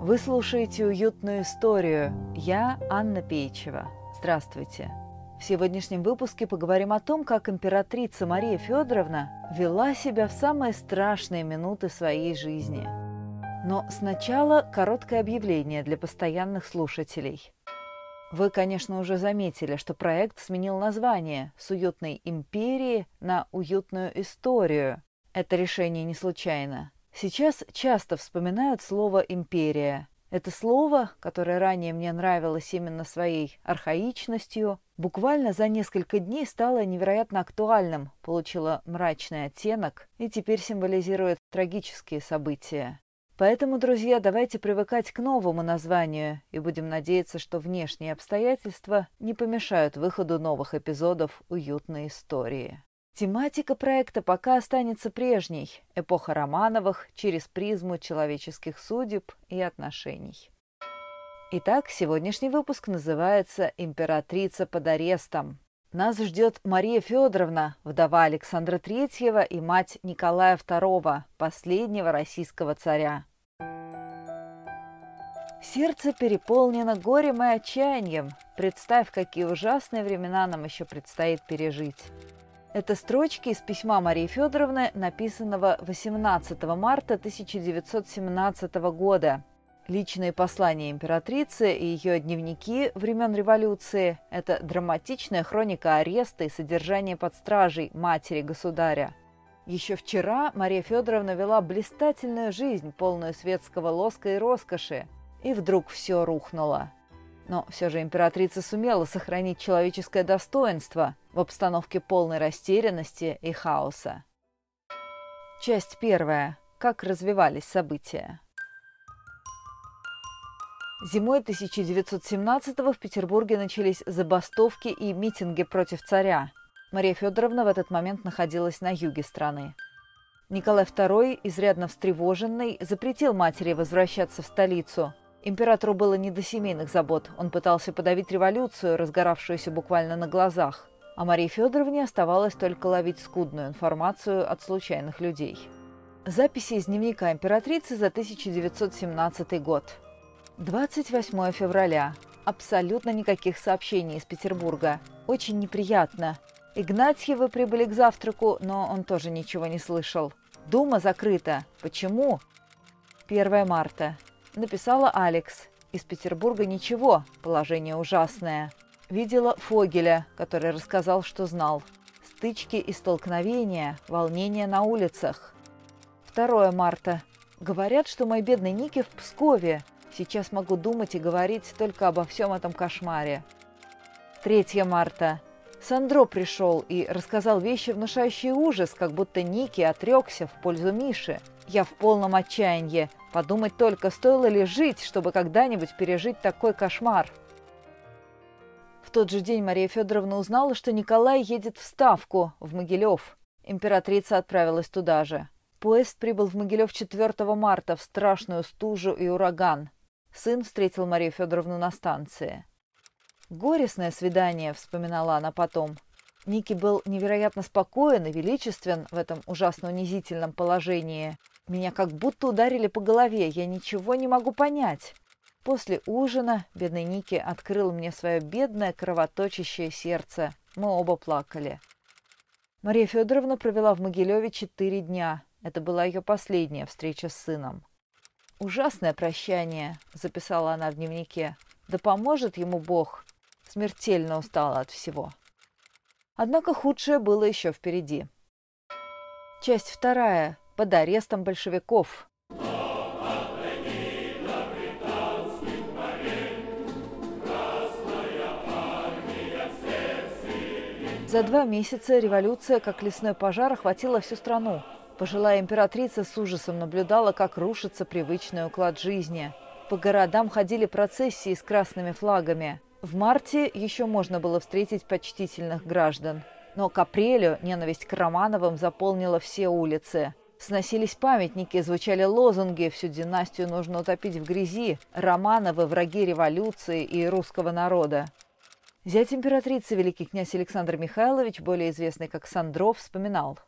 Вы слушаете «Уютную историю». Я Анна Пейчева. Здравствуйте. В сегодняшнем выпуске поговорим о том, как императрица Мария Федоровна вела себя в самые страшные минуты своей жизни. Но сначала короткое объявление для постоянных слушателей. Вы, конечно, уже заметили, что проект сменил название с «Уютной империи» на «Уютную историю». Это решение не случайно. Сейчас часто вспоминают слово «империя». Это слово, которое ранее мне нравилось именно своей архаичностью, буквально за несколько дней стало невероятно актуальным, получило мрачный оттенок и теперь символизирует трагические события. Поэтому, друзья, давайте привыкать к новому названию и будем надеяться, что внешние обстоятельства не помешают выходу новых эпизодов «Уютной истории». Тематика проекта пока останется прежней – эпоха Романовых через призму человеческих судеб и отношений. Итак, сегодняшний выпуск называется «Императрица под арестом». Нас ждет Мария Федоровна, вдова Александра III и мать Николая II, последнего российского царя. Сердце переполнено горем и отчаянием. Представь, какие ужасные времена нам еще предстоит пережить. Это строчки из письма Марии Федоровны, написанного 18 марта 1917 года. Личные послания императрицы и ее дневники времен революции – это драматичная хроника ареста и содержания под стражей матери государя. Еще вчера Мария Федоровна вела блистательную жизнь, полную светского лоска и роскоши, и вдруг все рухнуло. Но все же императрица сумела сохранить человеческое достоинство в обстановке полной растерянности и хаоса. Часть первая. Как развивались события. Зимой 1917-го в Петербурге начались забастовки и митинги против царя. Мария Федоровна в этот момент находилась на юге страны. Николай II, изрядно встревоженный, запретил матери возвращаться в столицу. Императору было не до семейных забот, он пытался подавить революцию, разгоравшуюся буквально на глазах. А Марии Федоровне оставалось только ловить скудную информацию от случайных людей. Записи из дневника императрицы за 1917 год. 28 февраля. Абсолютно никаких сообщений из Петербурга. Очень неприятно. Игнатьевы прибыли к завтраку, но он тоже ничего не слышал. Дума закрыта. Почему? 1 марта. Написала Алекс. Из Петербурга ничего. Положение ужасное. Видела Фогеля, который рассказал, что знал. Стычки и столкновения, волнения на улицах. 2 марта. Говорят, что мой бедный Ники в Пскове. Сейчас могу думать и говорить только обо всем этом кошмаре. 3 марта. Сандро пришел и рассказал вещи, внушающие ужас, как будто Ники отрекся в пользу Миши. Я в полном отчаянии. Подумать только, стоило ли жить, чтобы когда-нибудь пережить такой кошмар. В тот же день Мария Федоровна узнала, что Николай едет в Ставку, в Могилев. Императрица отправилась туда же. Поезд прибыл в Могилев 4 марта в страшную стужу и ураган. Сын встретил Марию Федоровну на станции. «Горестное свидание», — вспоминала она потом. Ники был невероятно спокоен и величествен в этом ужасно унизительном положении. Меня как будто ударили по голове, я ничего не могу понять. После ужина бедный Ники открыл мне свое бедное кровоточащее сердце. Мы оба плакали. Мария Федоровна провела в Могилеве 4 дня. Это была ее последняя встреча с сыном. «Ужасное прощание», — записала она в дневнике. «Да поможет ему Бог». Смертельно устала от всего. Однако худшее было еще впереди. Часть 2. Под арестом большевиков. За 2 месяца революция, как лесной пожар, охватила всю страну. Пожилая императрица с ужасом наблюдала, как рушится привычный уклад жизни. По городам ходили процессии с красными флагами. В марте еще можно было встретить почтительных граждан. Но к апрелю ненависть к Романовым заполнила все улицы. Сносились памятники, звучали лозунги «Всю династию нужно утопить в грязи», «Романовы – враги революции и русского народа». Зять императрицы, великий князь Александр Михайлович, более известный как Сандро, вспоминал: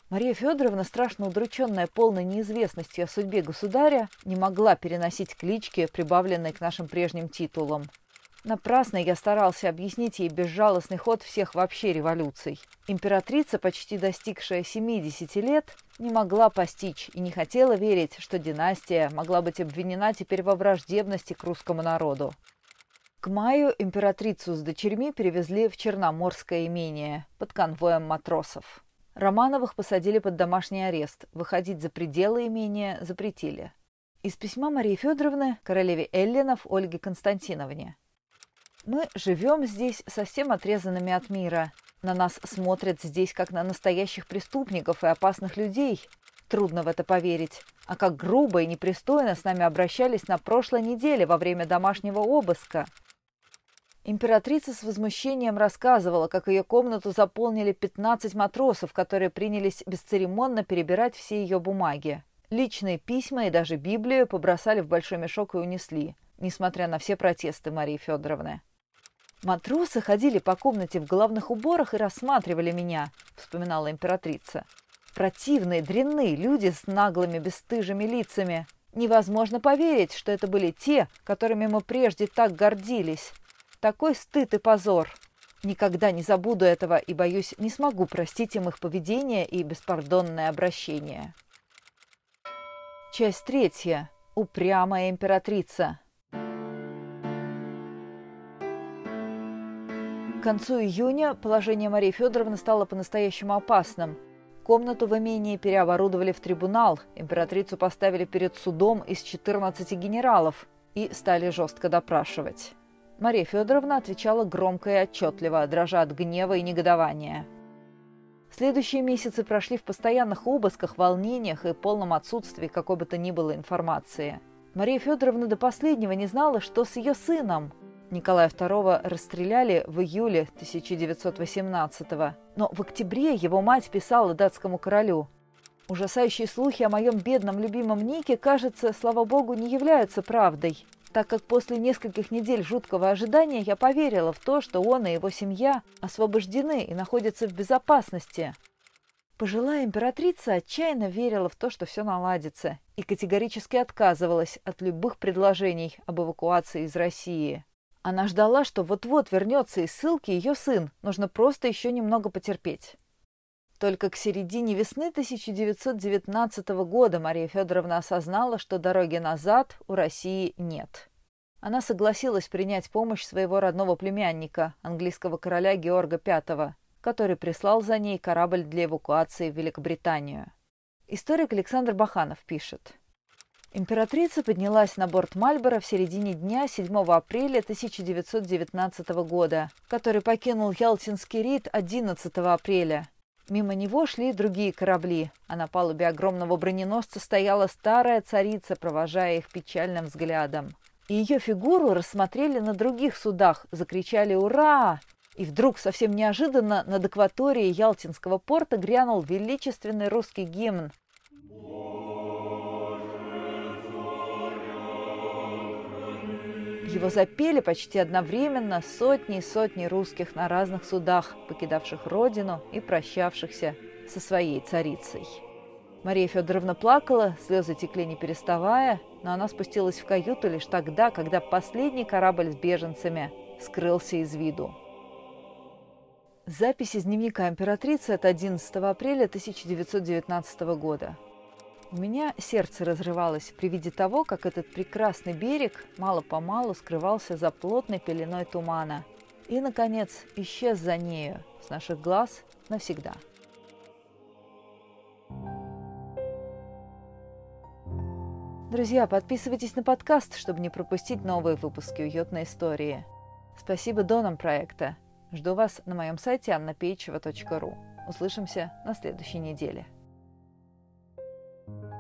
Мария Федоровна, страшно удрученная полной неизвестностью о судьбе государя, не могла переносить клички, прибавленные к нашим прежним титулам. Напрасно я старался объяснить ей безжалостный ход всех вообще революций. Императрица, почти достигшая 70 лет, не могла постичь и не хотела верить, что династия могла быть обвинена теперь во враждебности к русскому народу. К маю императрицу с дочерьми перевезли в Черноморское имение под конвоем матросов. Романовых посадили под домашний арест, выходить за пределы имения запретили. Из письма Марии Федоровны королеве Эллинов Ольге Константиновне. Мы живем здесь совсем отрезанными от мира. На нас смотрят здесь как на настоящих преступников и опасных людей. Трудно в это поверить. А как грубо и непристойно с нами обращались на прошлой неделе во время домашнего обыска. Императрица с возмущением рассказывала, как ее комнату заполнили 15 матросов, которые принялись бесцеремонно перебирать все ее бумаги. Личные письма и даже Библию побросали в большой мешок и унесли, несмотря на все протесты Марии Федоровны. «Матросы ходили по комнате в головных уборах и рассматривали меня», — вспоминала императрица. «Противные, дрянные люди с наглыми, бесстыжими лицами. Невозможно поверить, что это были те, которыми мы прежде так гордились. Такой стыд и позор. Никогда не забуду этого и, боюсь, не смогу простить им их поведение и беспардонное обращение». Часть 3. Упрямая императрица. К концу июня положение Марии Федоровны стало по-настоящему опасным. Комнату в имении переоборудовали в трибунал, императрицу поставили перед судом из 14 генералов и стали жестко допрашивать. Мария Федоровна отвечала громко и отчетливо, дрожа от гнева и негодования. Следующие месяцы прошли в постоянных обысках, волнениях и полном отсутствии какой бы то ни было информации. Мария Федоровна до последнего не знала, что с ее сыном. Николая II расстреляли в июле 1918-го, но в октябре его мать писала датскому королю: «Ужасающие слухи о моем бедном любимом Нике, кажется, слава богу, не являются правдой, так как после нескольких недель жуткого ожидания я поверила в то, что он и его семья освобождены и находятся в безопасности». Пожилая императрица отчаянно верила в то, что все наладится, и категорически отказывалась от любых предложений об эвакуации из России. Она ждала, что вот-вот вернется из ссылки ее сын, нужно просто еще немного потерпеть. Только к середине весны 1919 года Мария Федоровна осознала, что дороги назад у России нет. Она согласилась принять помощь своего родного племянника, английского короля Георга V, который прислал за ней корабль для эвакуации в Великобританию. Историк Александр Баханов пишет: императрица поднялась на борт Мальборо в середине дня 7 апреля 1919 года, который покинул Ялтинский Рид 11 апреля. Мимо него шли другие корабли, а на палубе огромного броненосца стояла старая царица, провожая их печальным взглядом. И ее фигуру рассмотрели на других судах, закричали «Ура!». И вдруг, совсем неожиданно, над акваторией Ялтинского порта грянул величественный русский гимн. Его запели почти одновременно сотни и сотни русских на разных судах, покидавших родину и прощавшихся со своей царицей. Мария Федоровна плакала, слезы текли не переставая, но она спустилась в каюту лишь тогда, когда последний корабль с беженцами скрылся из виду. Запись из дневника императрицы от 11 апреля 1919 года. У меня сердце разрывалось при виде того, как этот прекрасный берег мало-помалу скрывался за плотной пеленой тумана и, наконец, исчез за нею с наших глаз навсегда. Друзья, подписывайтесь на подкаст, чтобы не пропустить новые выпуски уютной истории. Спасибо донорам проекта. Жду вас на моем сайте annapeicheva.ru. Услышимся на следующей неделе.